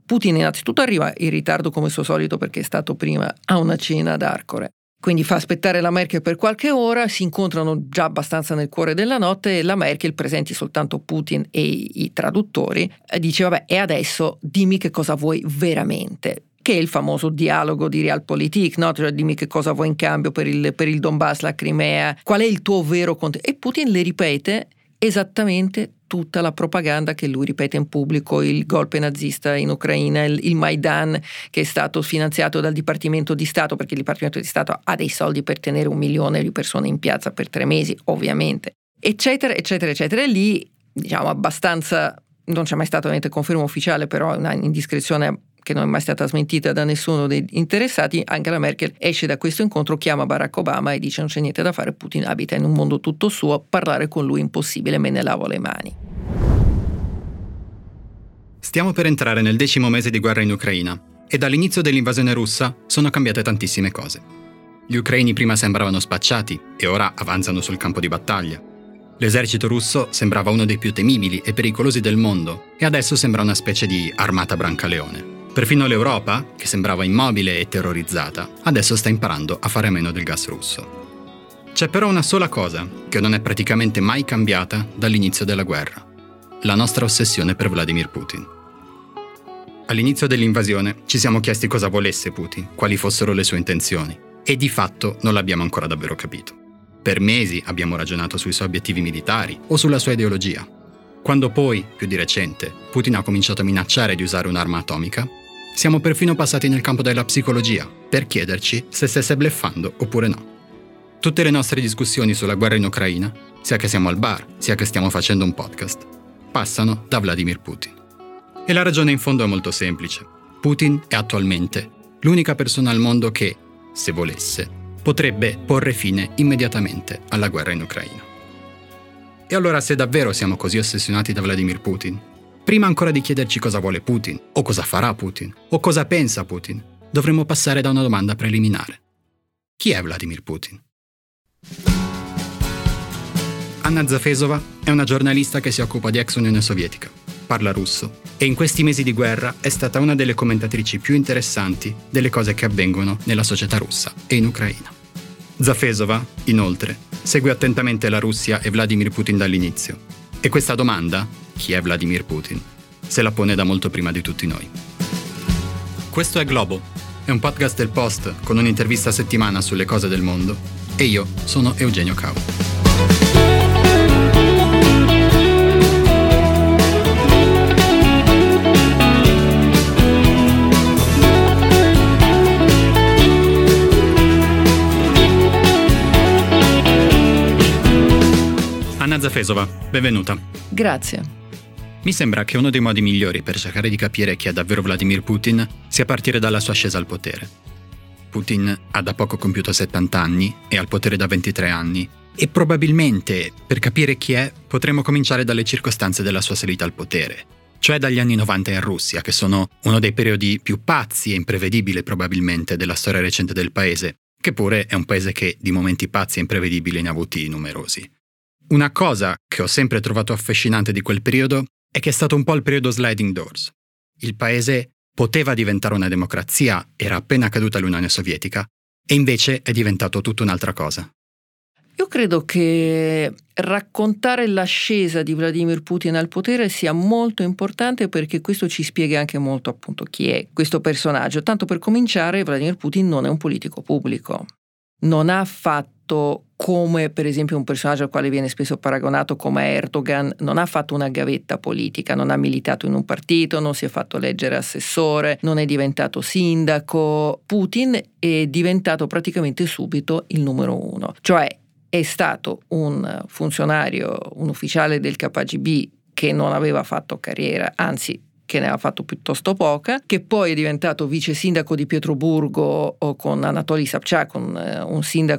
Putin innanzitutto arriva in ritardo come suo solito perché è stato prima a una cena ad Arcore. Quindi fa aspettare la Merkel per qualche ora, si incontrano già abbastanza nel cuore della notte e la Merkel, presenti soltanto Putin e i traduttori, dice vabbè, e adesso dimmi che cosa vuoi veramente. Che è il famoso dialogo di Realpolitik, no? Cioè, dimmi che cosa vuoi in cambio per il Donbass, la Crimea, qual è il tuo vero contenuto. E Putin le ripete esattamente tutta la propaganda che lui ripete in pubblico, il golpe nazista in Ucraina, il Maidan che è stato finanziato dal Dipartimento di Stato, perché il Dipartimento di Stato ha dei soldi per tenere 1 milione di persone in piazza per 3 mesi, ovviamente, eccetera, eccetera, eccetera. E lì, diciamo, abbastanza, non c'è mai stata ovviamente conferma ufficiale, però è una indiscrezione che non è mai stata smentita da nessuno dei interessati. Angela Merkel esce da questo incontro, chiama Barack Obama e dice non c'è niente da fare, Putin abita in un mondo tutto suo, parlare con lui è impossibile, me ne lavo le mani. Stiamo per entrare nel 10° mese di guerra in Ucraina e dall'inizio dell'invasione russa sono cambiate tantissime cose. Gli ucraini prima sembravano spacciati e ora avanzano sul campo di battaglia. L'esercito russo sembrava uno dei più temibili e pericolosi del mondo e adesso sembra una specie di armata Brancaleone. Perfino l'Europa, che sembrava immobile e terrorizzata, adesso sta imparando a fare a meno del gas russo. C'è però una sola cosa che non è praticamente mai cambiata dall'inizio della guerra: la nostra ossessione per Vladimir Putin. All'inizio dell'invasione ci siamo chiesti cosa volesse Putin, quali fossero le sue intenzioni, e di fatto non l'abbiamo ancora davvero capito. Per mesi abbiamo ragionato sui suoi obiettivi militari o sulla sua ideologia. Quando poi, più di recente, Putin ha cominciato a minacciare di usare un'arma atomica, siamo perfino passati nel campo della psicologia per chiederci se stesse bluffando oppure no. Tutte le nostre discussioni sulla guerra in Ucraina, sia che siamo al bar, sia che stiamo facendo un podcast, passano da Vladimir Putin. E la ragione in fondo è molto semplice. Putin è attualmente l'unica persona al mondo che, se volesse, potrebbe porre fine immediatamente alla guerra in Ucraina. E allora, se davvero siamo così ossessionati da Vladimir Putin, prima ancora di chiederci cosa vuole Putin, o cosa farà Putin, o cosa pensa Putin, dovremmo passare da una domanda preliminare. Chi è Vladimir Putin? Anna Zafesova è una giornalista che si occupa di ex Unione Sovietica, parla russo e in questi mesi di guerra è stata una delle commentatrici più interessanti delle cose che avvengono nella società russa e in Ucraina. Zafesova, inoltre, segue attentamente la Russia e Vladimir Putin dall'inizio e questa domanda, chi è Vladimir Putin, se la pone da molto prima di tutti noi. Questo è Globo, è un podcast del Post con un'intervista a settimana sulle cose del mondo e io sono Eugenio Cau. Anna Zafesova, benvenuta. Grazie. Mi sembra che uno dei modi migliori per cercare di capire chi è davvero Vladimir Putin sia partire dalla sua ascesa al potere. Putin ha da poco compiuto 70 anni, è al potere da 23 anni e probabilmente, per capire chi è, potremmo cominciare dalle circostanze della sua salita al potere, cioè dagli anni 90 in Russia, che sono uno dei periodi più pazzi e imprevedibili probabilmente della storia recente del paese, che pure è un paese che di momenti pazzi e imprevedibili ne ha avuti numerosi. Una cosa che ho sempre trovato affascinante di quel periodo è che è stato un po' il periodo sliding doors. Il paese poteva diventare una democrazia, era appena caduta l'Unione Sovietica, e invece è diventato tutta un'altra cosa. Io credo che raccontare l'ascesa di Vladimir Putin al potere sia molto importante perché questo ci spiega anche molto appunto chi è questo personaggio. Tanto per cominciare, Vladimir Putin non è un politico pubblico. Non ha fatto, come per esempio un personaggio al quale viene spesso paragonato come Erdogan, non ha fatto una gavetta politica, non ha militato in un partito, non si è fatto eleggere assessore, non è diventato sindaco. Putin è diventato praticamente subito il numero 1, cioè è stato un funzionario, un ufficiale del KGB che non aveva fatto carriera, anzi che ne aveva fatto piuttosto poca, che poi è diventato vice sindaco di Pietroburgo con Anatoly Sobchak, un sindaco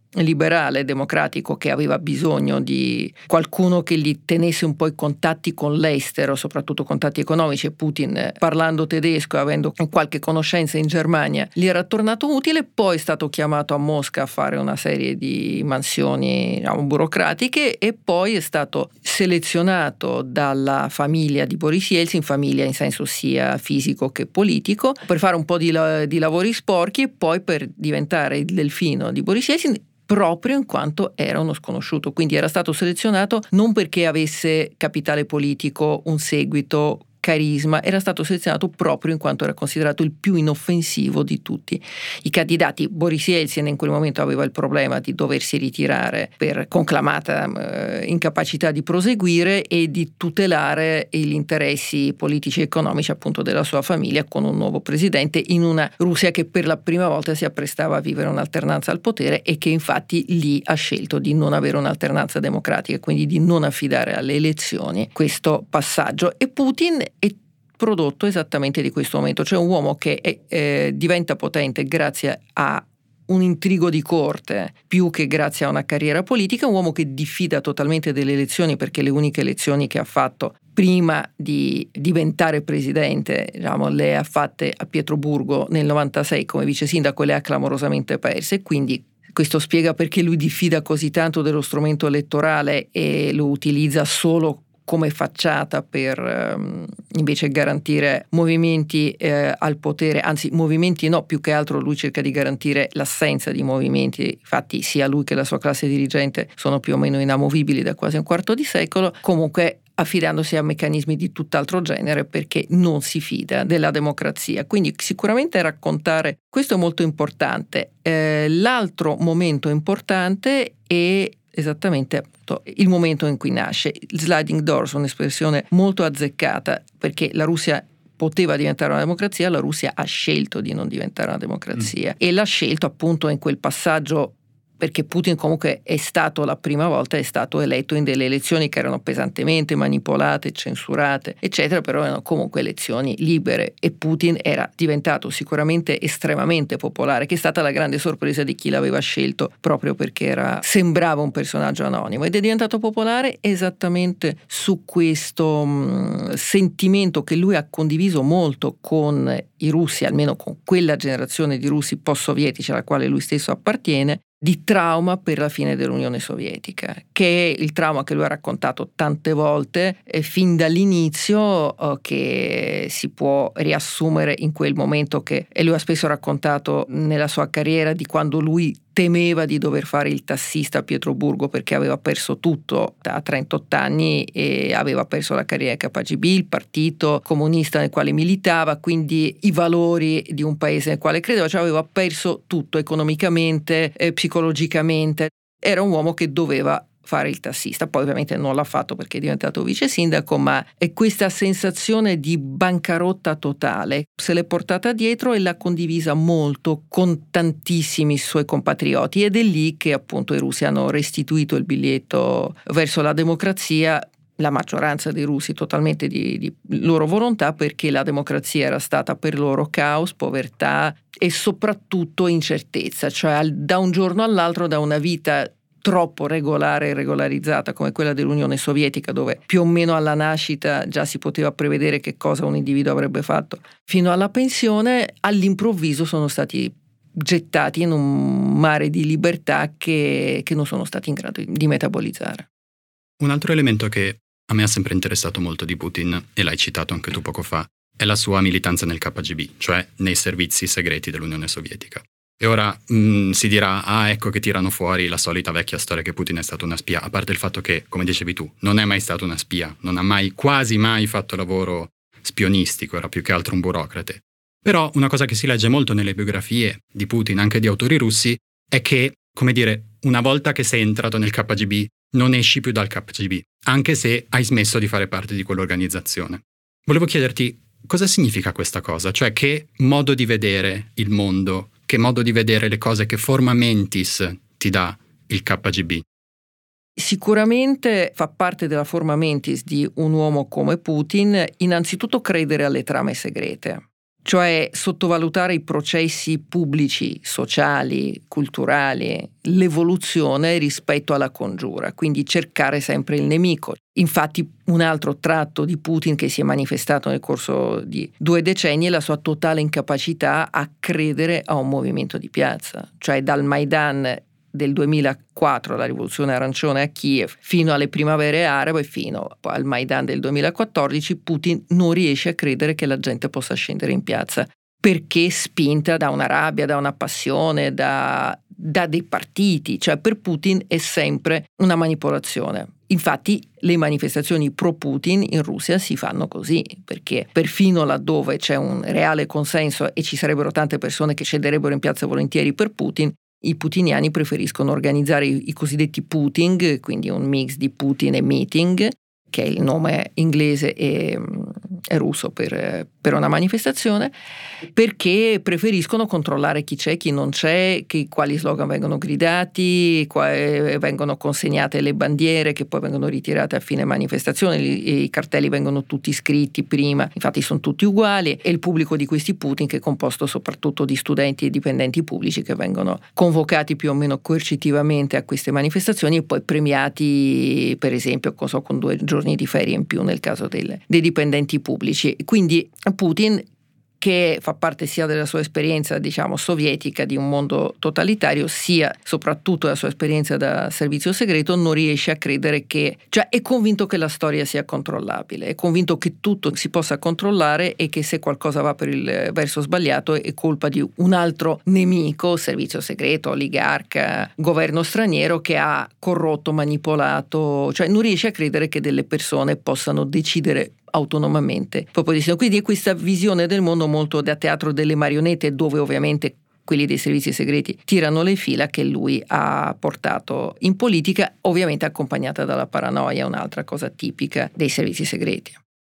liberale, democratico, che aveva bisogno di qualcuno che gli tenesse un po' i contatti con l'estero, soprattutto contatti economici, e Putin, parlando tedesco e avendo qualche conoscenza in Germania, gli era tornato utile. Poi è stato chiamato a Mosca a fare una serie di mansioni, diciamo, burocratiche, e poi è stato selezionato dalla famiglia di Boris Yeltsin, famiglia in senso sia fisico che politico, per fare un po' di lavori sporchi e poi per diventare il delfino di Boris Yeltsin, proprio in quanto era uno sconosciuto. Quindi era stato selezionato non perché avesse capitale politico, un seguito, carisma, era stato selezionato proprio in quanto era considerato il più inoffensivo di tutti i candidati. Boris Yeltsin in quel momento aveva il problema di doversi ritirare per conclamata incapacità di proseguire e di tutelare gli interessi politici e economici appunto della sua famiglia con un nuovo presidente in una Russia che per la prima volta si apprestava a vivere un'alternanza al potere, e che infatti lì ha scelto di non avere un'alternanza democratica, quindi di non affidare alle elezioni questo passaggio. E Putin è prodotto esattamente di questo momento, cioè un uomo che diventa potente grazie a un intrigo di corte più che grazie a una carriera politica, un uomo che diffida totalmente delle elezioni, perché le uniche elezioni che ha fatto prima di diventare presidente, diciamo, le ha fatte a Pietroburgo nel 96 come vice sindaco e le ha clamorosamente perse. Quindi questo spiega perché lui diffida così tanto dello strumento elettorale e lo utilizza solo come facciata per invece garantire movimenti al potere, anzi movimenti no, più che altro lui cerca di garantire l'assenza di movimenti. Infatti sia lui che la sua classe dirigente sono più o meno inamovibili da quasi un quarto di secolo, comunque affidandosi a meccanismi di tutt'altro genere perché non si fida della democrazia. Quindi sicuramente raccontare questo è molto importante. L'altro momento importante è esattamente il momento in cui nasce. Il sliding doors, un'espressione molto azzeccata, perché la Russia poteva diventare una democrazia, la Russia ha scelto di non diventare una democrazia e l'ha scelto appunto in quel passaggio, perché Putin comunque è stato la prima volta, è stato eletto in delle elezioni che erano pesantemente manipolate, censurate, eccetera, però erano comunque elezioni libere e Putin era diventato sicuramente estremamente popolare, che è stata la grande sorpresa di chi l'aveva scelto proprio perché sembrava un personaggio anonimo, ed è diventato popolare esattamente su questo sentimento che lui ha condiviso molto con i russi, almeno con quella generazione di russi post-sovietici alla quale lui stesso appartiene, di trauma per la fine dell'Unione Sovietica, che è il trauma che lui ha raccontato tante volte fin dall'inizio, che si può riassumere in quel momento e lui ha spesso raccontato nella sua carriera di quando lui temeva di dover fare il tassista a Pietroburgo perché aveva perso tutto a 38 anni e aveva perso la carriera KGB, il partito comunista nel quale militava, quindi i valori di un paese nel quale credeva, cioè aveva perso tutto economicamente, psicologicamente. Era un uomo che doveva fare il tassista, poi ovviamente non l'ha fatto perché è diventato vice sindaco, ma è questa sensazione di bancarotta totale se l'è portata dietro e l'ha condivisa molto con tantissimi suoi compatrioti, ed è lì che appunto i russi hanno restituito il biglietto verso la democrazia, la maggioranza dei russi totalmente di loro volontà, perché la democrazia era stata per loro caos, povertà e soprattutto incertezza, cioè da un giorno all'altro, da una vita troppo regolare e regolarizzata come quella dell'Unione Sovietica, dove più o meno alla nascita già si poteva prevedere che cosa un individuo avrebbe fatto, fino alla pensione, all'improvviso sono stati gettati in un mare di libertà che non sono stati in grado di metabolizzare. Un altro elemento che a me ha sempre interessato molto di Putin, e l'hai citato anche tu poco fa, è la sua militanza nel KGB, cioè nei servizi segreti dell'Unione Sovietica. E ora si dirà, ecco che tirano fuori la solita vecchia storia che Putin è stato una spia, a parte il fatto che, come dicevi tu, non è mai stato una spia, non ha mai, quasi mai fatto lavoro spionistico, era più che altro un burocrate. Però una cosa che si legge molto nelle biografie di Putin, anche di autori russi, è che, come dire, una volta che sei entrato nel KGB, non esci più dal KGB, anche se hai smesso di fare parte di quell'organizzazione. Volevo chiederti, cosa significa questa cosa? Cioè, che modo di vedere il mondo, che modo di vedere le cose, che forma mentis ti dà il KGB? Sicuramente fa parte della forma mentis di un uomo come Putin innanzitutto credere alle trame segrete. cioè sottovalutare i processi pubblici, sociali, culturali, l'evoluzione rispetto alla congiura, quindi cercare sempre il nemico. Infatti un altro tratto di Putin che si è manifestato nel corso di 2 decenni è la sua totale incapacità a credere a un movimento di piazza, cioè dal Maidan del 2004, la rivoluzione arancione a Kiev, fino alle primavere arabe, fino al Maidan del 2014, Putin non riesce a credere che la gente possa scendere in piazza, perché spinta da una rabbia, da una passione, da dei partiti, cioè per Putin è sempre una manipolazione. Infatti le manifestazioni pro Putin in Russia si fanno così, perché perfino laddove c'è un reale consenso e ci sarebbero tante persone che scenderebbero in piazza volentieri per Putin, i putiniani preferiscono organizzare i cosiddetti Puting, quindi un mix di Putin e meeting, che è il nome inglese e russo per una manifestazione, perché preferiscono controllare chi c'è, chi non c'è, quali slogan vengono gridati, vengono consegnate le bandiere che poi vengono ritirate a fine manifestazione, i cartelli vengono tutti scritti prima, infatti sono tutti uguali, e il pubblico di questi Putin, che è composto soprattutto di studenti e dipendenti pubblici che vengono convocati più o meno coercitivamente a queste manifestazioni e poi premiati, per esempio, con 2 giorni di ferie in più nel caso dei dipendenti pubblici. Quindi Putin, che fa parte sia della sua esperienza, diciamo, sovietica di un mondo totalitario, sia soprattutto della sua esperienza da servizio segreto, non riesce a credere cioè è convinto che la storia sia controllabile, è convinto che tutto si possa controllare e che se qualcosa va per il verso sbagliato è colpa di un altro nemico, servizio segreto, oligarca, governo straniero che ha corrotto, manipolato, cioè non riesce a credere che delle persone possano decidere autonomamente proprio di sé. Quindi è questa visione del mondo molto da teatro delle marionette, dove ovviamente quelli dei servizi segreti tirano le fila, che lui ha portato in politica, ovviamente accompagnata dalla paranoia, un'altra cosa tipica dei servizi segreti.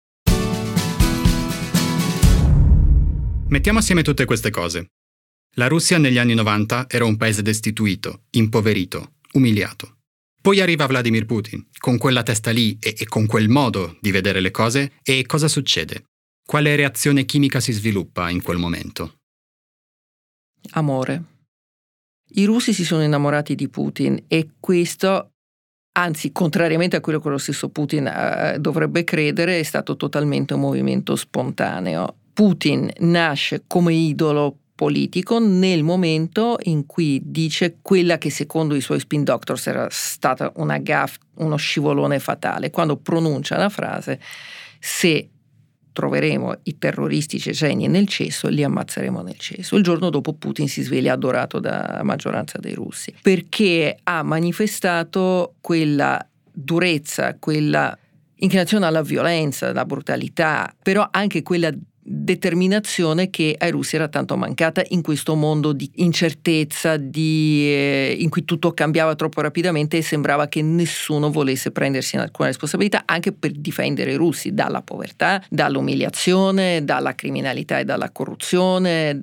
Mettiamo assieme tutte queste cose. La Russia negli anni 90 era un paese destituito, impoverito, umiliato. Poi arriva Vladimir Putin, con quella testa lì e con quel modo di vedere le cose, e cosa succede? Quale reazione chimica si sviluppa in quel momento? Amore. I russi si sono innamorati di Putin e questo, anzi, contrariamente a quello che lo stesso Putin dovrebbe credere, è stato totalmente un movimento spontaneo. Putin nasce come idolo politico nel momento in cui dice quella che secondo i suoi spin doctors era stata una gaffe, uno scivolone fatale, quando pronuncia la frase: se troveremo i terroristi ceceni nel cesso, li ammazzeremo nel cesso. Il giorno dopo Putin si sveglia adorato dalla maggioranza dei russi, perché ha manifestato quella durezza, quella inclinazione alla violenza, alla brutalità, però anche quella determinazione che ai russi era tanto mancata in questo mondo di incertezza, in cui tutto cambiava troppo rapidamente e sembrava che nessuno volesse prendersi alcuna responsabilità, anche per difendere i russi dalla povertà, dall'umiliazione, dalla criminalità e dalla corruzione,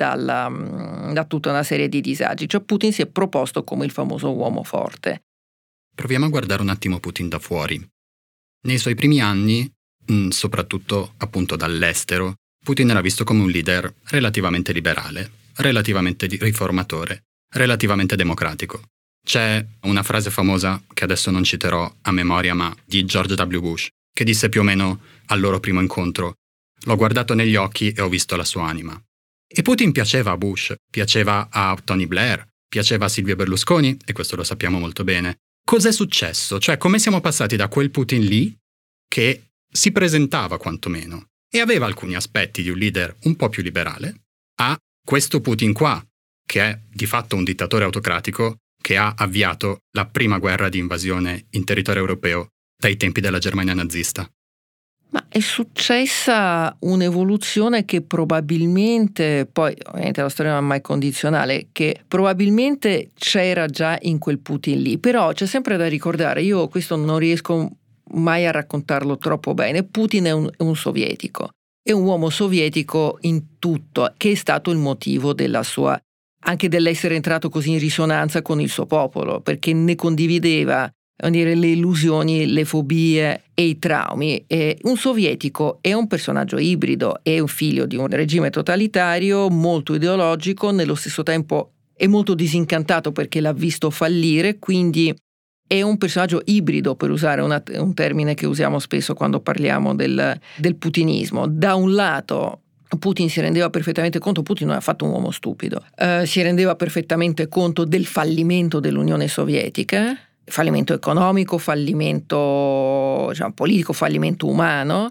da tutta una serie di disagi. Cioè Putin si è proposto come il famoso uomo forte. Proviamo a guardare un attimo Putin da fuori. Nei suoi primi anni, soprattutto appunto dall'estero, Putin era visto come un leader relativamente liberale, relativamente riformatore, relativamente democratico. C'è una frase famosa, che adesso non citerò a memoria, ma di George W. Bush, che disse più o meno al loro primo incontro: l'ho guardato negli occhi e ho visto la sua anima. E Putin piaceva a Bush, piaceva a Tony Blair, piaceva a Silvio Berlusconi, e questo lo sappiamo molto bene. Cos'è successo? Cioè, come siamo passati da quel Putin lì, che si presentava quantomeno e aveva alcuni aspetti di un leader un po' più liberale, a questo Putin qua, che è di fatto un dittatore autocratico che ha avviato la prima guerra di invasione in territorio europeo dai tempi della Germania nazista? Ma è successa un'evoluzione che probabilmente, poi ovviamente la storia non è mai condizionale, che probabilmente c'era già in quel Putin lì, però c'è sempre da ricordare, io questo non riesco mai a raccontarlo troppo bene, Putin è un sovietico, è un uomo sovietico in tutto, che è stato il motivo della sua, anche dell'essere entrato così in risonanza con il suo popolo, perché ne condivideva dire, le illusioni, le fobie e i traumi. Un sovietico è un personaggio ibrido, è un figlio di un regime totalitario molto ideologico, nello stesso tempo è molto disincantato perché l'ha visto fallire, quindi è un personaggio ibrido, per usare un termine che usiamo spesso quando parliamo del putinismo. Da un lato Putin si rendeva perfettamente conto, Putin non ha fatto un uomo stupido, si rendeva perfettamente conto del fallimento dell'Unione Sovietica, fallimento economico, fallimento, diciamo, politico, fallimento umano.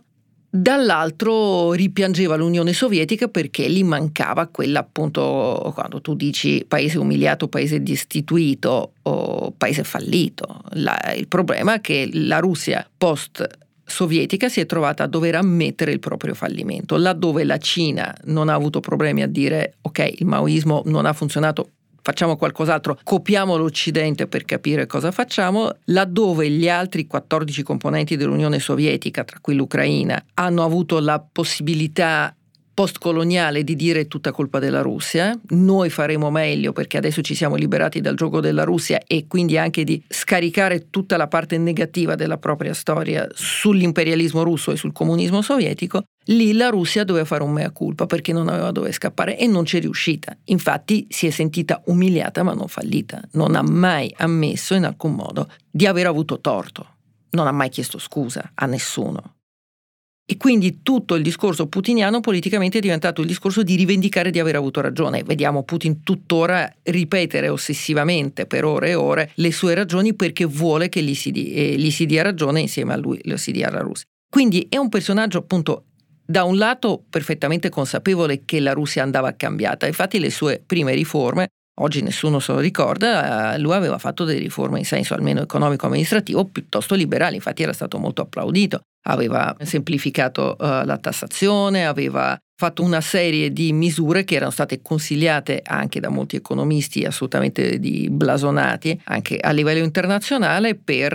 Dall'altro ripiangeva l'Unione Sovietica perché gli mancava quella, appunto, quando tu dici paese umiliato, paese destituito o paese fallito. Il problema è che la Russia post-sovietica si è trovata a dover ammettere il proprio fallimento. Laddove la Cina non ha avuto problemi a dire ok, il maoismo non ha funzionato, facciamo qualcos'altro, copiamo l'Occidente per capire cosa facciamo, laddove gli altri 14 componenti dell'Unione Sovietica, tra cui l'Ucraina, hanno avuto la possibilità postcoloniale di dire è tutta colpa della Russia, noi faremo meglio perché adesso ci siamo liberati dal gioco della Russia, e quindi anche di scaricare tutta la parte negativa della propria storia sull'imperialismo russo e sul comunismo sovietico. Lì la Russia doveva fare un mea culpa perché non aveva dove scappare e non ci è riuscita. Infatti si è sentita umiliata ma non fallita. Non ha mai ammesso in alcun modo di aver avuto torto. Non ha mai chiesto scusa a nessuno. E quindi tutto il discorso putiniano politicamente è diventato il discorso di rivendicare di aver avuto ragione. Vediamo Putin tuttora ripetere ossessivamente per ore e ore le sue ragioni perché vuole che gli si dia ragione, insieme a lui lo si dia alla Russia. Quindi è un personaggio, appunto, da un lato perfettamente consapevole che la Russia andava cambiata. Infatti le sue prime riforme, oggi nessuno se lo ricorda, lui aveva fatto delle riforme in senso almeno economico-amministrativo piuttosto liberali, infatti era stato molto applaudito. Aveva semplificato la tassazione, aveva fatto una serie di misure che erano state consigliate anche da molti economisti assolutamente blasonati, anche a livello internazionale,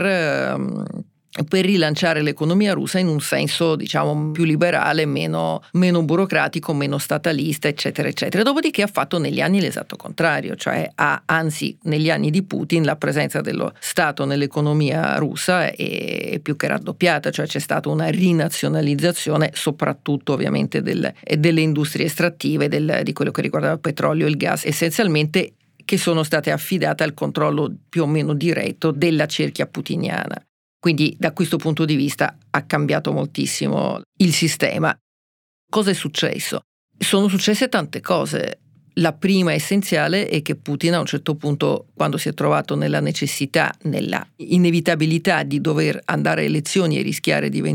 per rilanciare l'economia russa in un senso, diciamo, più liberale, meno burocratico, meno statalista, eccetera, eccetera. Dopodiché ha fatto negli anni l'esatto contrario, cioè anzi, negli anni di Putin la presenza dello Stato nell'economia russa è più che raddoppiata, cioè c'è stata una rinazionalizzazione, soprattutto ovviamente delle industrie estrattive, di quello che riguarda il petrolio e il gas, essenzialmente, che sono state affidate al controllo più o meno diretto della cerchia putiniana. Quindi da questo punto di vista ha cambiato moltissimo il sistema. Cosa è successo? Sono successe tante cose. La prima essenziale è che Putin a un certo punto, quando si è trovato nella necessità, nella inevitabilità di dover andare a elezioni e rischiare di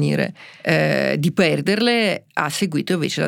perderle, ha seguito invece la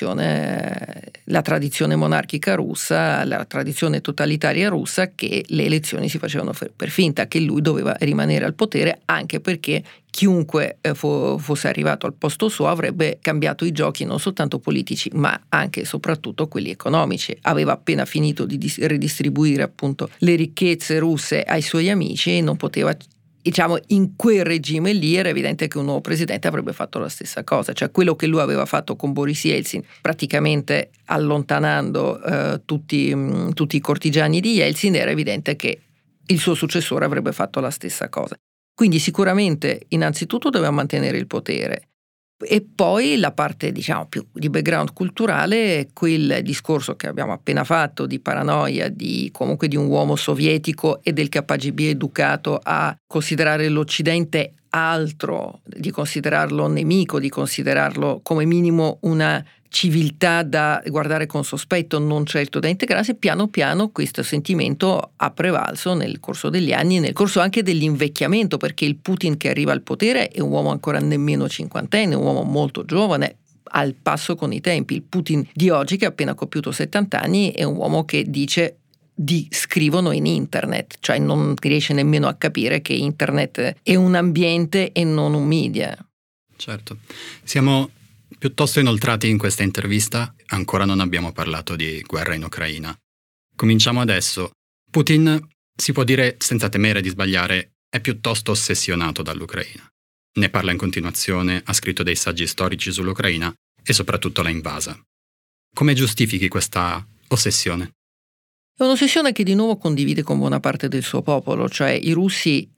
tradizione monarchica russa, la tradizione totalitaria russa, che le elezioni si facevano per finta, che lui doveva rimanere al potere, anche perché chiunque fosse arrivato al posto suo avrebbe cambiato i giochi non soltanto politici ma anche e soprattutto quelli economici. Aveva appena finito di ridistribuire appunto le ricchezze russe ai suoi amici e non poteva, diciamo, in quel regime lì era evidente che un nuovo presidente avrebbe fatto la stessa cosa, cioè quello che lui aveva fatto con Boris Yeltsin, praticamente allontanando tutti i cortigiani di Yeltsin, era evidente che il suo successore avrebbe fatto la stessa cosa. Quindi sicuramente innanzitutto doveva mantenere il potere, e poi la parte, diciamo, più di background culturale, quel discorso che abbiamo appena fatto di paranoia, comunque di un uomo sovietico e del KGB educato a considerare l'Occidente altro, di considerarlo nemico, di considerarlo come minimo una civiltà da guardare con sospetto, non certo da integrarsi. Piano piano questo sentimento ha prevalso nel corso degli anni, nel corso anche dell'invecchiamento, perché il Putin che arriva al potere è un uomo ancora nemmeno cinquantenne, un uomo molto giovane, al passo con i tempi. Il Putin di oggi, che ha appena compiuto 70 anni, è un uomo che dice scrivono in internet, cioè non riesce nemmeno a capire che internet è un ambiente e non un media. Certo, siamo piuttosto inoltrati in questa intervista, ancora non abbiamo parlato di guerra in Ucraina. Cominciamo adesso. Putin, si può dire senza temere di sbagliare, è piuttosto ossessionato dall'Ucraina. Ne parla in continuazione, ha scritto dei saggi storici sull'Ucraina e soprattutto l'ha invasa. Come giustifichi questa ossessione? È un'ossessione che di nuovo condivide con buona parte del suo popolo, cioè i russi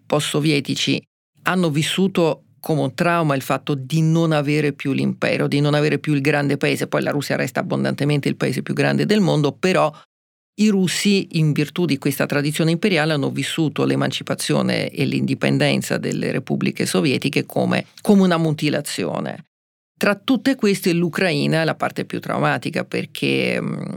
post-sovietici hanno vissuto come un trauma il fatto di non avere più l'impero, di non avere più il grande paese. Poi la Russia resta abbondantemente il paese più grande del mondo, però i russi, in virtù di questa tradizione imperiale, hanno vissuto l'emancipazione e l'indipendenza delle repubbliche sovietiche come una mutilazione. Tra tutte queste l'Ucraina è la parte più traumatica, perché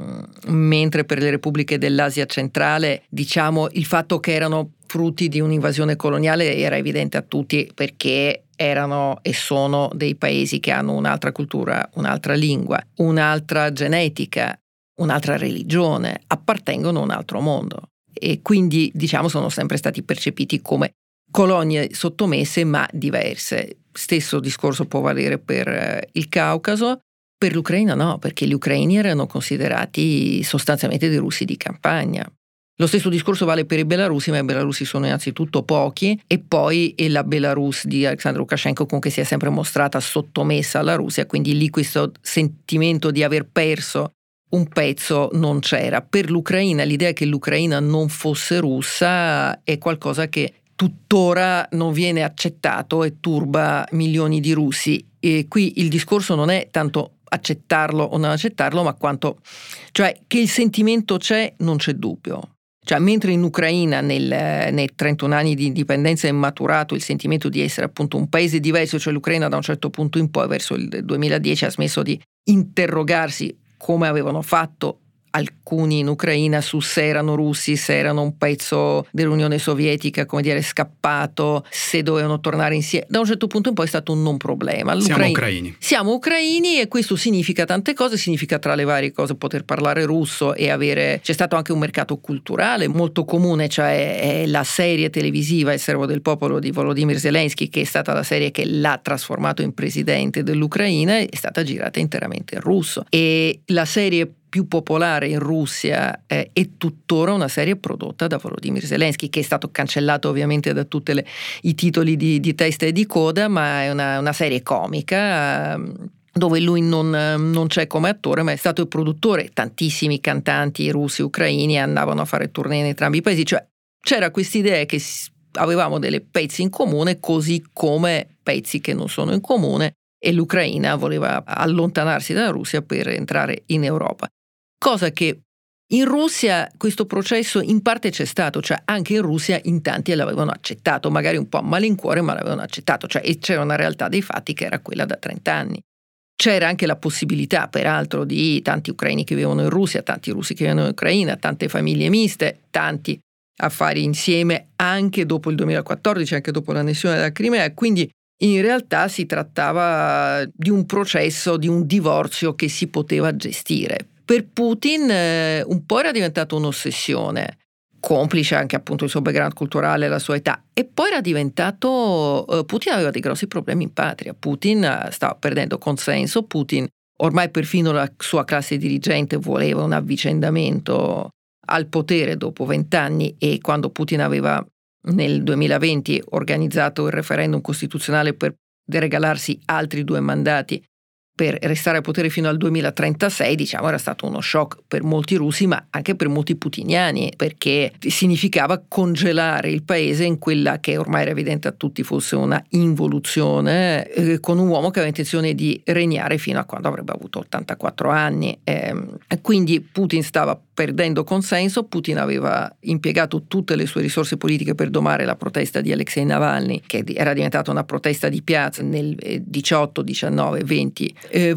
mentre per le repubbliche dell'Asia centrale, diciamo, il fatto che erano frutti di un'invasione coloniale era evidente a tutti, perché erano e sono dei paesi che hanno un'altra cultura, un'altra lingua, un'altra genetica, un'altra religione, appartengono a un altro mondo e quindi, diciamo, sono sempre stati percepiti come colonie sottomesse ma diverse. Stesso discorso può valere per il Caucaso. Per l'Ucraina no, perché gli ucraini erano considerati sostanzialmente dei russi di campagna. Lo stesso discorso vale per i belarussi, ma i belarussi sono innanzitutto pochi, e poi la Belarus di Alexander Lukashenko comunque si è sempre mostrata sottomessa alla Russia, quindi lì questo sentimento di aver perso un pezzo non c'era. Per l'Ucraina l'idea che l'Ucraina non fosse russa è qualcosa che tuttora non viene accettato e turba milioni di russi. E qui il discorso non è tanto accettarlo o non accettarlo, ma quanto, cioè, che il sentimento c'è, non c'è dubbio. Cioè, mentre in Ucraina nei 31 anni di indipendenza è maturato il sentimento di essere appunto un paese diverso, cioè l'Ucraina da un certo punto in poi, verso il 2010, ha smesso di interrogarsi, come avevano fatto alcuni in Ucraina, su se erano russi, se erano un pezzo dell'Unione Sovietica, come dire, scappato, se dovevano tornare insieme. Da un certo punto in poi è stato un non problema. Siamo ucraini e questo significa tante cose, significa tra le varie cose poter parlare russo e avere... C'è stato anche un mercato culturale molto comune, cioè la serie televisiva Il servo del popolo di Volodymyr Zelensky, che è stata la serie che l'ha trasformato in presidente dell'Ucraina, è stata girata interamente in russo. E la serie più popolare in Russia è tuttora una serie prodotta da Volodymyr Zelensky, che è stato cancellato ovviamente da tutti i titoli di testa e di coda, ma è una serie comica dove lui non c'è come attore, ma è stato il produttore. Tantissimi cantanti russi e ucraini andavano a fare tournée in entrambi i paesi, cioè c'era quest'idea che avevamo delle pezzi in comune, così come pezzi che non sono in comune, e l'Ucraina voleva allontanarsi dalla Russia per entrare in Europa. Cosa che in Russia questo processo in parte c'è stato, cioè anche in Russia in tanti l'avevano accettato, magari un po' a malincuore, ma l'avevano accettato, cioè, e c'era una realtà dei fatti che era quella da 30 anni. C'era anche la possibilità, peraltro, di tanti ucraini che vivono in Russia, tanti russi che vivono in Ucraina, tante famiglie miste, tanti affari insieme anche dopo il 2014, anche dopo l'annessione della Crimea, quindi in realtà si trattava di un processo, di un divorzio che si poteva gestire. Per Putin un po' era diventato un'ossessione, complice anche appunto il suo background culturale e la sua età, e poi era diventato... Putin aveva dei grossi problemi in patria, Putin stava perdendo consenso, Putin ormai perfino la sua classe dirigente voleva un avvicendamento al potere dopo 20 anni, e quando Putin aveva nel 2020 organizzato il referendum costituzionale per regalarsi altri 2 mandati per restare al potere fino al 2036, diciamo, era stato uno shock per molti russi, ma anche per molti putiniani, perché significava congelare il paese in quella che ormai era evidente a tutti fosse una involuzione, con un uomo che aveva intenzione di regnare fino a quando avrebbe avuto 84 anni. Quindi Putin stava perdendo consenso, Putin aveva impiegato tutte le sue risorse politiche per domare la protesta di Alexei Navalny, che era diventata una protesta di piazza nel 18, 19, 20,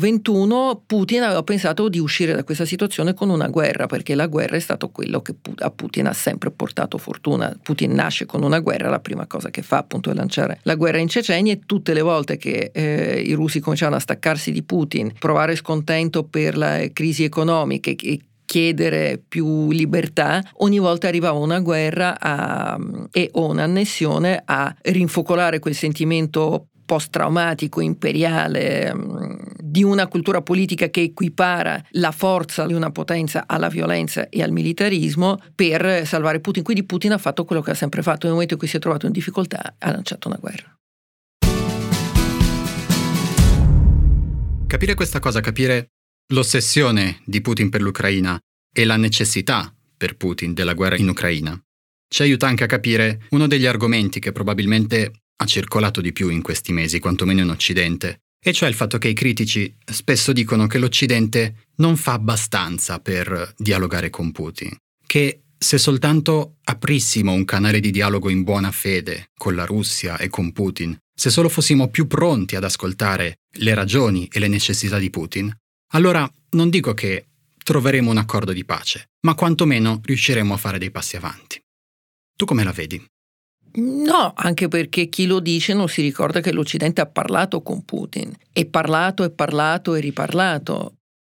21. Putin aveva pensato di uscire da questa situazione con una guerra, perché la guerra è stato quello che a Putin ha sempre portato fortuna. Putin nasce con una guerra, la prima cosa che fa appunto è lanciare la guerra in Cecenia, e tutte le volte che i russi cominciavano a staccarsi di Putin, provare scontento per la crisi economica e chiedere più libertà, ogni volta arrivava una guerra o un'annessione a rinfocolare quel sentimento post-traumatico imperiale di una cultura politica che equipara la forza di una potenza alla violenza e al militarismo per salvare Putin. Quindi Putin ha fatto quello che ha sempre fatto: nel momento in cui si è trovato in difficoltà ha lanciato una guerra. Capire questa cosa, capire l'ossessione di Putin per l'Ucraina e la necessità per Putin della guerra in Ucraina, ci aiuta anche a capire uno degli argomenti che probabilmente ha circolato di più in questi mesi, quantomeno in Occidente, e cioè il fatto che i critici spesso dicono che l'Occidente non fa abbastanza per dialogare con Putin, che se soltanto aprissimo un canale di dialogo in buona fede con la Russia e con Putin, se solo fossimo più pronti ad ascoltare le ragioni e le necessità di Putin, allora non dico che troveremo un accordo di pace, ma quantomeno riusciremo a fare dei passi avanti. Tu come la vedi? No, anche perché chi lo dice non si ricorda che l'Occidente ha parlato con Putin, e parlato e riparlato,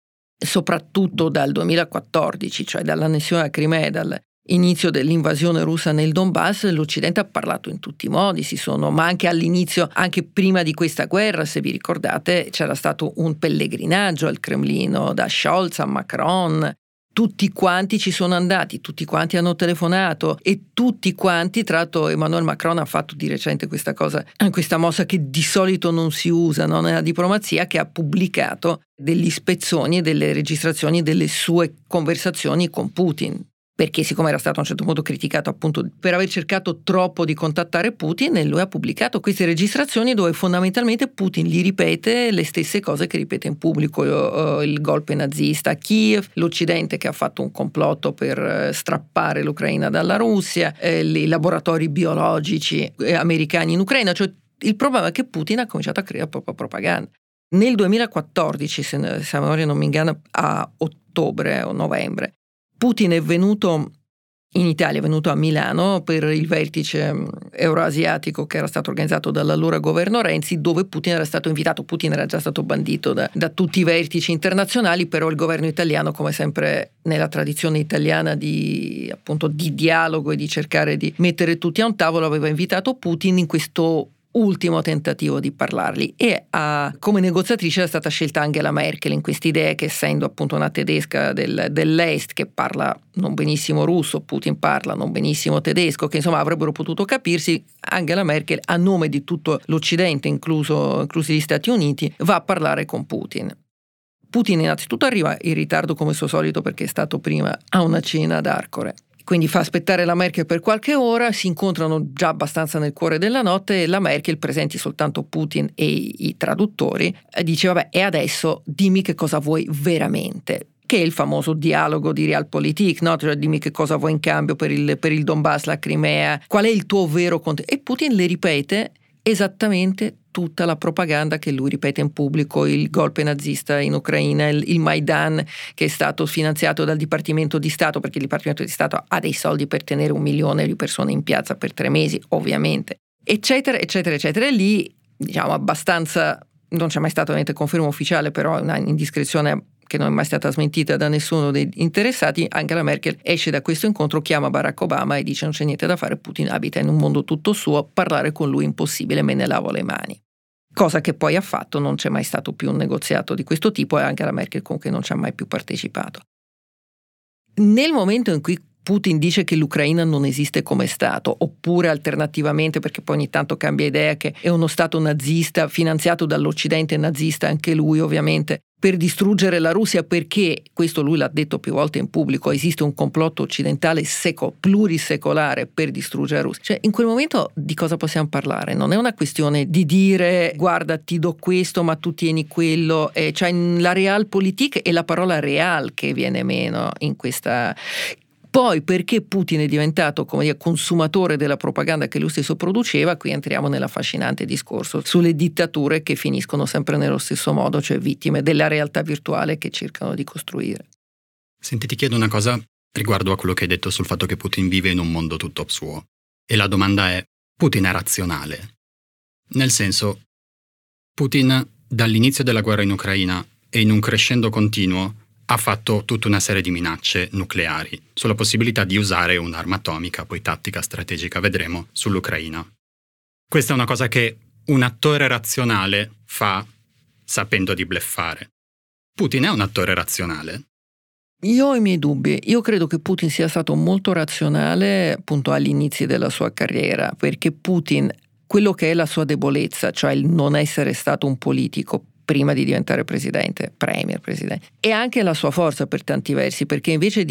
soprattutto dal 2014, cioè dall'annessione a Crimea, dall'inizio dell'invasione russa nel Donbass. L'Occidente ha parlato in tutti i modi, ma anche all'inizio, anche prima di questa guerra, se vi ricordate, c'era stato un pellegrinaggio al Cremlino da Scholz a Macron. Tutti quanti ci sono andati, tutti quanti hanno telefonato, e tutti quanti, tra l'altro Emmanuel Macron ha fatto di recente questa mossa che di solito non si usa, no, nella diplomazia, che ha pubblicato degli spezzoni e delle registrazioni delle sue conversazioni con Putin. Perché siccome era stato a un certo punto criticato appunto per aver cercato troppo di contattare Putin, e lui ha pubblicato queste registrazioni dove fondamentalmente Putin gli ripete le stesse cose che ripete in pubblico: il golpe nazista a Kiev, l'Occidente che ha fatto un complotto per strappare l'Ucraina dalla Russia, i laboratori biologici americani in Ucraina. Cioè, il problema è che Putin ha cominciato a creare propria propaganda. Nel 2014, se la memoria non mi inganna, a ottobre o novembre, Putin è venuto in Italia, è venuto a Milano per il vertice euroasiatico che era stato organizzato dall'allora governo Renzi, dove Putin era stato invitato. Putin era già stato bandito da tutti i vertici internazionali, però il governo italiano, come sempre nella tradizione italiana di dialogo e di cercare di mettere tutti a un tavolo, aveva invitato Putin in questo ultimo tentativo di parlargli, e come negoziatrice era stata scelta Angela Merkel, in quest'idea che, essendo appunto una tedesca dell'est che parla non benissimo russo, Putin parla non benissimo tedesco, che insomma avrebbero potuto capirsi, Angela Merkel, a nome di tutto l'Occidente, inclusi gli Stati Uniti, va a parlare con Putin. Putin innanzitutto arriva in ritardo come suo solito, perché è stato prima a una cena ad Arcore. Quindi fa aspettare la Merkel per qualche ora, si incontrano già abbastanza nel cuore della notte, e la Merkel, presenti soltanto Putin e i traduttori, dice: vabbè, e adesso dimmi che cosa vuoi veramente, che è il famoso dialogo di Realpolitik, no? Cioè, dimmi che cosa vuoi in cambio per il Donbass, la Crimea, qual è il tuo vero contenuto. E Putin le ripete esattamente tutta la propaganda che lui ripete in pubblico: il golpe nazista in Ucraina, il Maidan che è stato finanziato dal Dipartimento di Stato, perché il Dipartimento di Stato ha dei soldi per tenere 1 milione di persone in piazza per 3 mesi, ovviamente, eccetera, eccetera, eccetera. E lì, diciamo, abbastanza, non c'è mai stata ovviamente conferma ufficiale, però è una indiscrezione che non è mai stata smentita da nessuno dei interessati. Angela Merkel esce da questo incontro, chiama Barack Obama e dice: non c'è niente da fare, Putin abita in un mondo tutto suo, parlare con lui è impossibile, me ne lavo le mani. Cosa che poi ha fatto, non c'è mai stato più un negoziato di questo tipo, e Angela Merkel comunque non ci ha mai più partecipato. Nel momento in cui Putin dice che l'Ucraina non esiste come Stato, oppure alternativamente, perché poi ogni tanto cambia idea, che è uno Stato nazista finanziato dall'Occidente, nazista anche lui ovviamente, per distruggere la Russia, perché, questo lui l'ha detto più volte in pubblico, esiste un complotto occidentale plurisecolare per distruggere la Russia. Cioè, in quel momento di cosa possiamo parlare? Non è una questione di dire: guarda, ti do questo ma tu tieni quello, cioè la Realpolitik è la parola real che viene meno in questa. Poi, perché Putin è diventato, come dire, consumatore della propaganda che lui stesso produceva, qui entriamo nell'affascinante discorso sulle dittature che finiscono sempre nello stesso modo, cioè vittime della realtà virtuale che cercano di costruire. Senti, ti chiedo una cosa riguardo a quello che hai detto sul fatto che Putin vive in un mondo tutto suo. E la domanda è: Putin è razionale? Nel senso, Putin dall'inizio della guerra in Ucraina e in un crescendo continuo ha fatto tutta una serie di minacce nucleari sulla possibilità di usare un'arma atomica, poi tattica, strategica, vedremo, sull'Ucraina. Questa è una cosa che un attore razionale fa sapendo di bluffare. Putin è un attore razionale? Io ho i miei dubbi. Io credo che Putin sia stato molto razionale appunto agli inizi della sua carriera, perché Putin, quello che è la sua debolezza, cioè il non essere stato un politico prima di diventare presidente, premier presidente, e anche la sua forza per tanti versi, perché invece di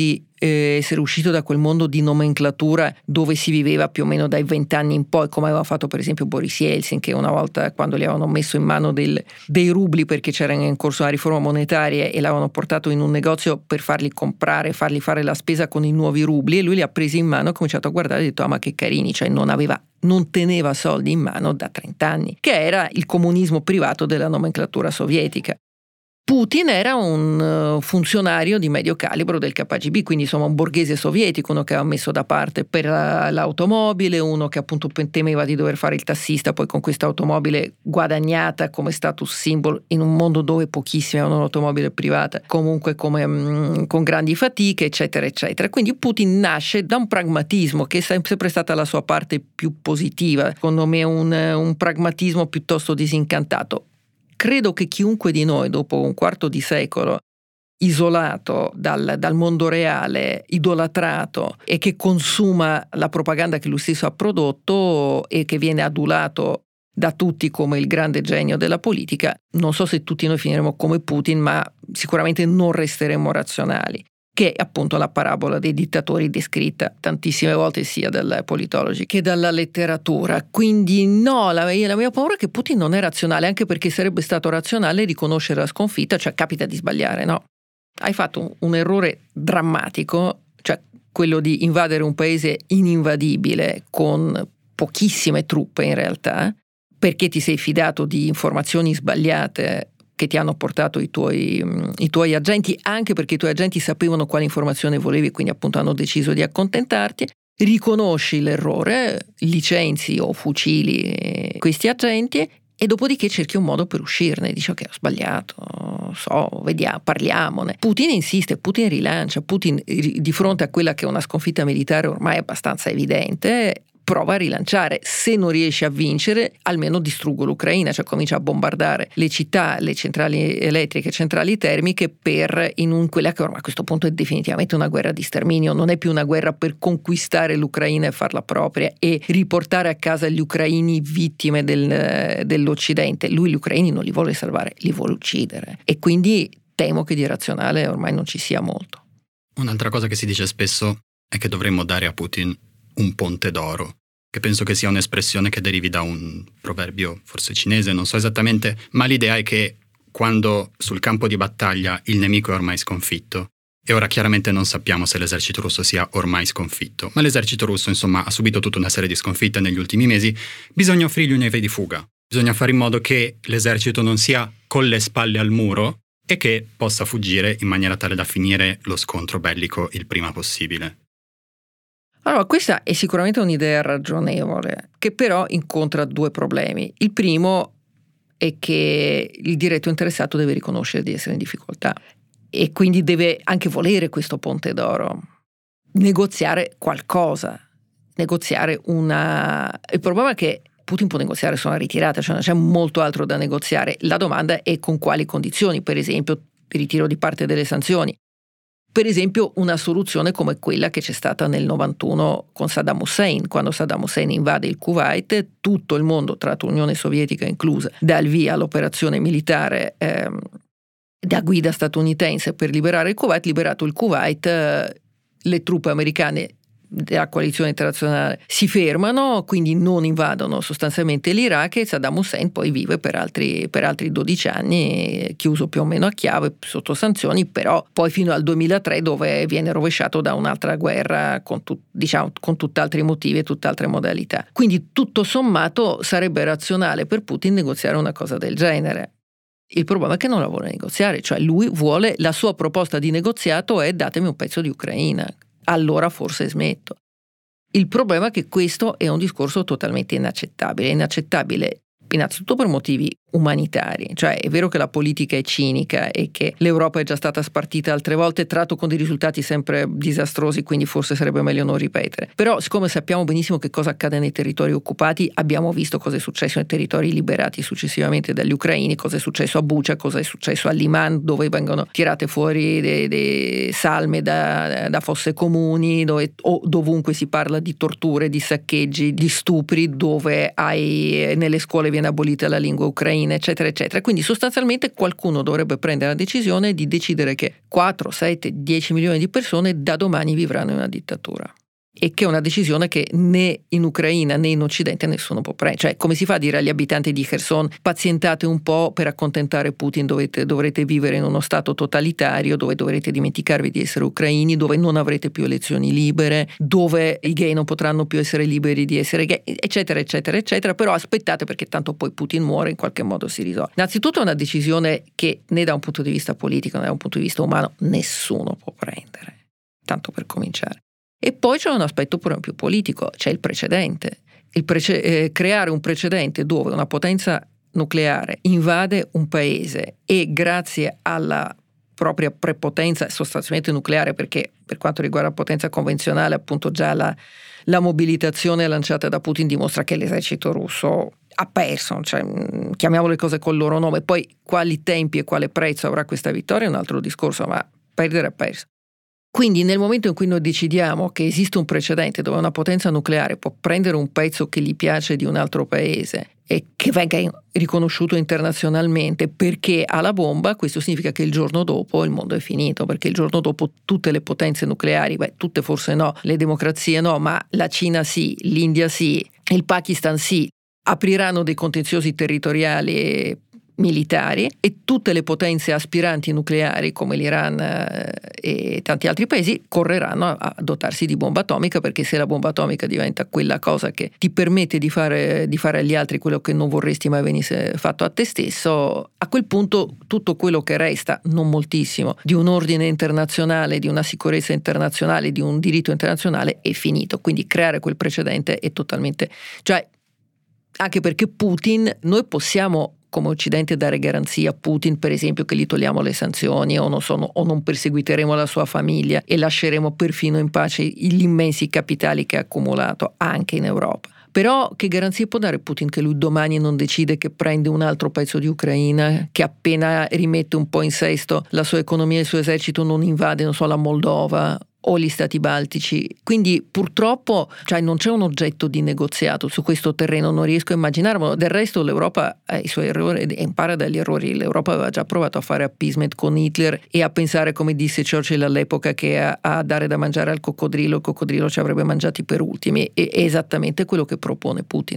essere uscito da quel mondo di nomenclatura dove si viveva più o meno dai 20 anni in poi, come aveva fatto per esempio Boris Yeltsin, che una volta, quando gli avevano messo in mano dei rubli perché c'era in corso una riforma monetaria e l'avevano portato in un negozio per farli comprare, fargli fare la spesa con i nuovi rubli, e lui li ha presi in mano, ha cominciato a guardare e ha detto: ah, ma che carini, cioè non teneva soldi in mano da 30 anni, che era il comunismo privato della nomenclatura sovietica. Putin era un funzionario di medio calibro del KGB, quindi insomma un borghese sovietico, uno che aveva messo da parte per l'automobile, uno che appunto temeva di dover fare il tassista, poi con questa automobile guadagnata come status symbol in un mondo dove pochissimi avevano un'automobile privata, comunque con grandi fatiche, eccetera eccetera. Quindi Putin nasce da un pragmatismo che è sempre stata la sua parte più positiva, secondo me un pragmatismo piuttosto disincantato. Credo che chiunque di noi, dopo un quarto di secolo isolato dal mondo reale, idolatrato, e che consuma la propaganda che lui stesso ha prodotto e che viene adulato da tutti come il grande genio della politica, non so se tutti noi finiremo come Putin, ma sicuramente non resteremo razionali, che è appunto la parabola dei dittatori descritta tantissime volte sia dai politologi che dalla letteratura. Quindi no, la mia paura è che Putin non è razionale, anche perché sarebbe stato razionale riconoscere la sconfitta, cioè capita di sbagliare, no? Hai fatto un errore drammatico, cioè quello di invadere un paese ininvadibile con pochissime truppe in realtà, perché ti sei fidato di informazioni sbagliate che ti hanno portato i tuoi agenti, anche perché i tuoi agenti sapevano quale informazione volevi e quindi appunto hanno deciso di accontentarti. Riconosci l'errore, licenzi o fucili questi agenti e dopodiché cerchi un modo per uscirne. Dici: ok, ho sbagliato, vediamo, parliamone. Putin insiste, Putin rilancia, Putin di fronte a quella che è una sconfitta militare ormai abbastanza evidente prova a rilanciare. Se non riesce a vincere, almeno distruggo l'Ucraina, cioè comincia a bombardare le città, le centrali elettriche, centrali termiche, quella che ormai a questo punto è definitivamente una guerra di sterminio. Non è più una guerra per conquistare l'Ucraina e farla propria e riportare a casa gli ucraini vittime dell'Occidente. Lui gli ucraini non li vuole salvare, li vuole uccidere, e quindi temo che di razionale ormai non ci sia molto. Un'altra cosa che si dice spesso è che dovremmo dare a Putin un ponte d'oro, che penso che sia un'espressione che derivi da un proverbio forse cinese, non so esattamente, ma l'idea è che quando sul campo di battaglia il nemico è ormai sconfitto, e ora chiaramente non sappiamo se l'esercito russo sia ormai sconfitto, ma l'esercito russo insomma ha subito tutta una serie di sconfitte negli ultimi mesi, bisogna offrirgli una via di fuga, bisogna fare in modo che l'esercito non sia con le spalle al muro e che possa fuggire in maniera tale da finire lo scontro bellico il prima possibile. Allora, questa è sicuramente un'idea ragionevole, che però incontra due problemi. Il primo è che il diretto interessato deve riconoscere di essere in difficoltà e quindi deve anche volere questo ponte d'oro, negoziare qualcosa, Il problema è che Putin può negoziare su una ritirata, cioè non c'è molto altro da negoziare. La domanda è con quali condizioni, per esempio il ritiro di parte delle sanzioni. Per esempio una soluzione come quella che c'è stata nel 91 con Saddam Hussein. Quando Saddam Hussein invade il Kuwait, tutto il mondo, tra l'altro Unione Sovietica inclusa, dà il via all'operazione militare da guida statunitense per liberare il Kuwait. Liberato il Kuwait, le truppe americane della coalizione internazionale si fermano, quindi non invadono sostanzialmente l'Iraq, e Saddam Hussein poi vive per altri 12 anni chiuso più o meno a chiave sotto sanzioni, però poi fino al 2003, dove viene rovesciato da un'altra guerra con tutt'altri motivi e tutt'altre modalità. Quindi tutto sommato sarebbe razionale per Putin negoziare una cosa del genere. Il problema è che non la vuole negoziare, cioè la sua proposta di negoziato è: datemi un pezzo di Ucraina, allora forse smetto. Il problema è che questo è un discorso totalmente inaccettabile innanzitutto per motivi umanitari, cioè è vero che la politica è cinica e che l'Europa è già stata spartita altre volte, tratto con dei risultati sempre disastrosi, quindi forse sarebbe meglio non ripetere. Però siccome sappiamo benissimo che cosa accade nei territori occupati, abbiamo visto cosa è successo nei territori liberati successivamente dagli ucraini, cosa è successo a Bucha, cosa è successo a Liman, dove vengono tirate fuori le salme da fosse comuni, dovunque si parla di torture, di saccheggi, di stupri, dove nelle scuole viene abolita la lingua ucraina, ucraine, eccetera, eccetera. Quindi sostanzialmente qualcuno dovrebbe prendere la decisione di decidere che 4, 7, 10 milioni di persone da domani vivranno in una dittatura. E che è una decisione che né in Ucraina né in Occidente nessuno può prendere. Cioè, come si fa a dire agli abitanti di Kherson: pazientate un po' per accontentare Putin, dovrete vivere in uno stato totalitario dove dovrete dimenticarvi di essere ucraini, dove non avrete più elezioni libere, dove i gay non potranno più essere liberi di essere gay, eccetera, eccetera, eccetera. Però aspettate, perché tanto poi Putin muore, in qualche modo si risolve. Innanzitutto è una decisione che né da un punto di vista politico né da un punto di vista umano nessuno può prendere, tanto per cominciare. E poi c'è un aspetto pure più politico, c'è il precedente. Creare un precedente dove una potenza nucleare invade un paese e grazie alla propria prepotenza sostanzialmente nucleare, perché per quanto riguarda la potenza convenzionale appunto già la mobilitazione lanciata da Putin dimostra che l'esercito russo ha perso, cioè, chiamiamo le cose col loro nome. Poi quali tempi e quale prezzo avrà questa vittoria è un altro discorso, ma perdere ha perso. Quindi nel momento in cui noi decidiamo che esiste un precedente dove una potenza nucleare può prendere un pezzo che gli piace di un altro paese e che venga riconosciuto internazionalmente perché ha la bomba, questo significa che il giorno dopo il mondo è finito, perché il giorno dopo tutte le potenze nucleari, tutte forse no, le democrazie no, ma la Cina sì, l'India sì, il Pakistan sì, apriranno dei contenziosi territoriali militari e tutte le potenze aspiranti nucleari come l'Iran e tanti altri paesi correranno a dotarsi di bomba atomica, perché se la bomba atomica diventa quella cosa che ti permette di fare agli altri quello che non vorresti mai venisse fatto a te stesso, a quel punto tutto quello che resta, non moltissimo, di un ordine internazionale, di una sicurezza internazionale, di un diritto internazionale è finito. Quindi creare quel precedente è totalmente, cioè, anche perché Putin, noi possiamo come Occidente dare garanzia a Putin, per esempio, che gli togliamo le sanzioni o non perseguiteremo la sua famiglia e lasceremo perfino in pace gli immensi capitali che ha accumulato anche in Europa. Però che garanzie può dare Putin che lui domani non decide che prende un altro pezzo di Ucraina, che appena rimette un po' in sesto la sua economia e il suo esercito non invade, non so, la Moldova o gli stati baltici? Quindi purtroppo non c'è un oggetto di negoziato su questo terreno, non riesco a immaginarlo. Del resto l'Europa ha i suoi errori e impara dagli errori. L'Europa aveva già provato a fare appeasement con Hitler e a pensare, come disse Churchill all'epoca, che a dare da mangiare al coccodrillo, il coccodrillo ci avrebbe mangiati per ultimi, e è esattamente quello che propone Putin.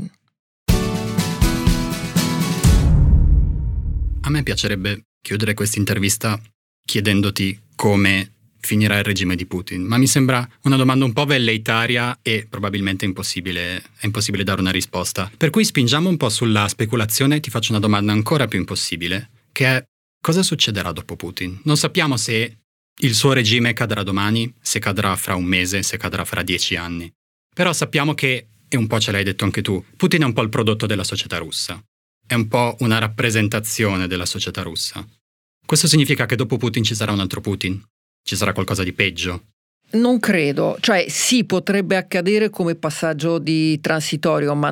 A me piacerebbe chiudere questa intervista chiedendoti come finirà il regime di Putin, ma mi sembra una domanda un po' velleitaria e probabilmente è impossibile dare una risposta. Per cui spingiamo un po' sulla speculazione e ti faccio una domanda ancora più impossibile, che è: cosa succederà dopo Putin? Non sappiamo se il suo regime cadrà domani, se cadrà fra un mese, se cadrà fra 10 anni. Però sappiamo che, e un po' ce l'hai detto anche tu, Putin è un po' il prodotto della società russa. È un po' una rappresentazione della società russa. Questo significa che dopo Putin ci sarà un altro Putin? Ci sarà qualcosa di peggio? Non credo, sì, potrebbe accadere come passaggio di transitorio, ma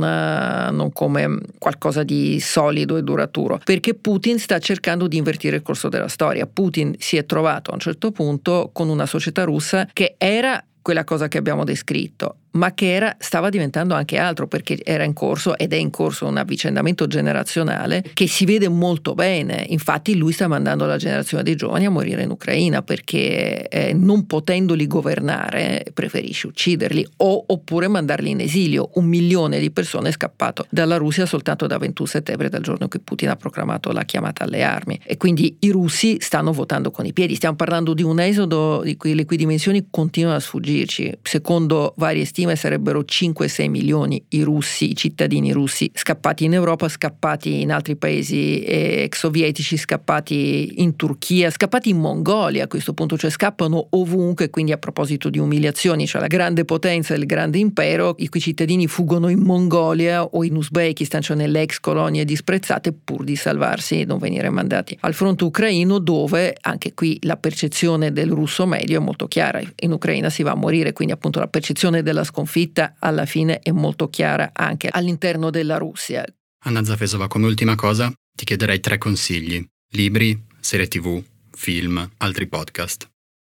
non come qualcosa di solido e duraturo, perché Putin sta cercando di invertire il corso della storia. Putin si è trovato a un certo punto con una società russa che era quella cosa che abbiamo descritto, ma che stava diventando anche altro, perché era in corso ed è in corso un avvicendamento generazionale che si vede molto bene. Infatti lui sta mandando la generazione dei giovani a morire in Ucraina perché non potendoli governare preferisce ucciderli oppure mandarli in esilio. 1 milione di persone è scappato dalla Russia soltanto da 21 settembre, dal giorno che Putin ha proclamato la chiamata alle armi, e quindi i russi stanno votando con i piedi. Stiamo parlando di un esodo di cui le cui dimensioni continuano a sfuggirci. Secondo varie stime sarebbero 5-6 milioni i russi, i cittadini russi scappati in Europa, scappati in altri paesi ex sovietici, scappati in Turchia, scappati in Mongolia a questo punto, cioè scappano ovunque. Quindi, a proposito di umiliazioni, la grande potenza, il grande impero, i cui cittadini fuggono in Mongolia o in Uzbekistan, cioè nelle ex colonie disprezzate, pur di salvarsi e non venire mandati al fronte ucraino, dove anche qui la percezione del russo medio è molto chiara: in Ucraina si va a morire. Quindi appunto la percezione della sconfitta alla fine è molto chiara anche all'interno della Russia. Anna Zafesova, come ultima cosa ti chiederei 3 consigli: libri, serie TV, film, altri podcast.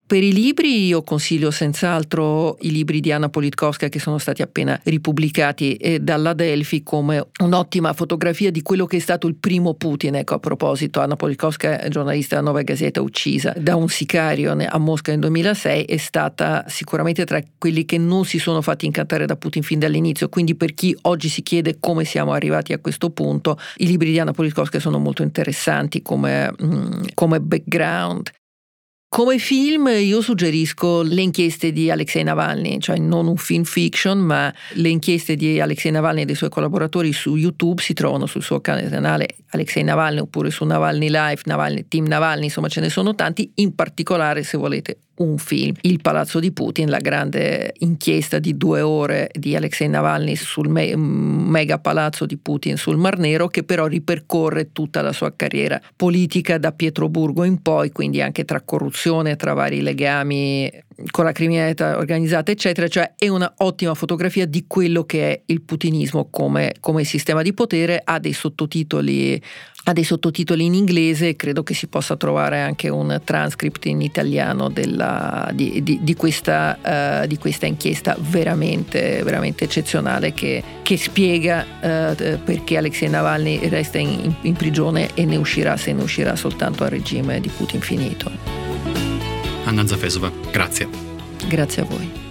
Per i libri io consiglio senz'altro i libri di Anna Politkovskaja che sono stati appena ripubblicati dalla Delphi come un'ottima fotografia di quello che è stato il primo Putin. Ecco, a proposito, Anna Politkovskaja, giornalista della Nova Gazeta, uccisa da un sicario a Mosca nel 2006, è stata sicuramente tra quelli che non si sono fatti incantare da Putin fin dall'inizio, quindi per chi oggi si chiede come siamo arrivati a questo punto, i libri di Anna Politkovskaja sono molto interessanti come background. Come film io suggerisco Le inchieste di Alexei Navalny, cioè non un film fiction, ma le inchieste di Alexei Navalny e dei suoi collaboratori su YouTube si trovano sul suo canale Alexei Navalny oppure su Navalny Life, Team Navalny, insomma ce ne sono tanti, in particolare se volete un film, Il Palazzo di Putin, la grande inchiesta di 2 ore di Alexei Navalny sul mega palazzo di Putin sul Mar Nero, che però ripercorre tutta la sua carriera politica da Pietroburgo in poi, quindi anche tra corruzione, tra vari legami con la criminalità organizzata eccetera, cioè è una ottima fotografia di quello che è il putinismo come sistema di potere. Ha dei sottotitoli in inglese, credo che si possa trovare anche un transcript in italiano di questa inchiesta veramente, veramente eccezionale che spiega perché Alexei Navalny resta in prigione e ne uscirà, se ne uscirà soltanto al regime di Putin finito. Anna Zafesova, grazie. Grazie a voi.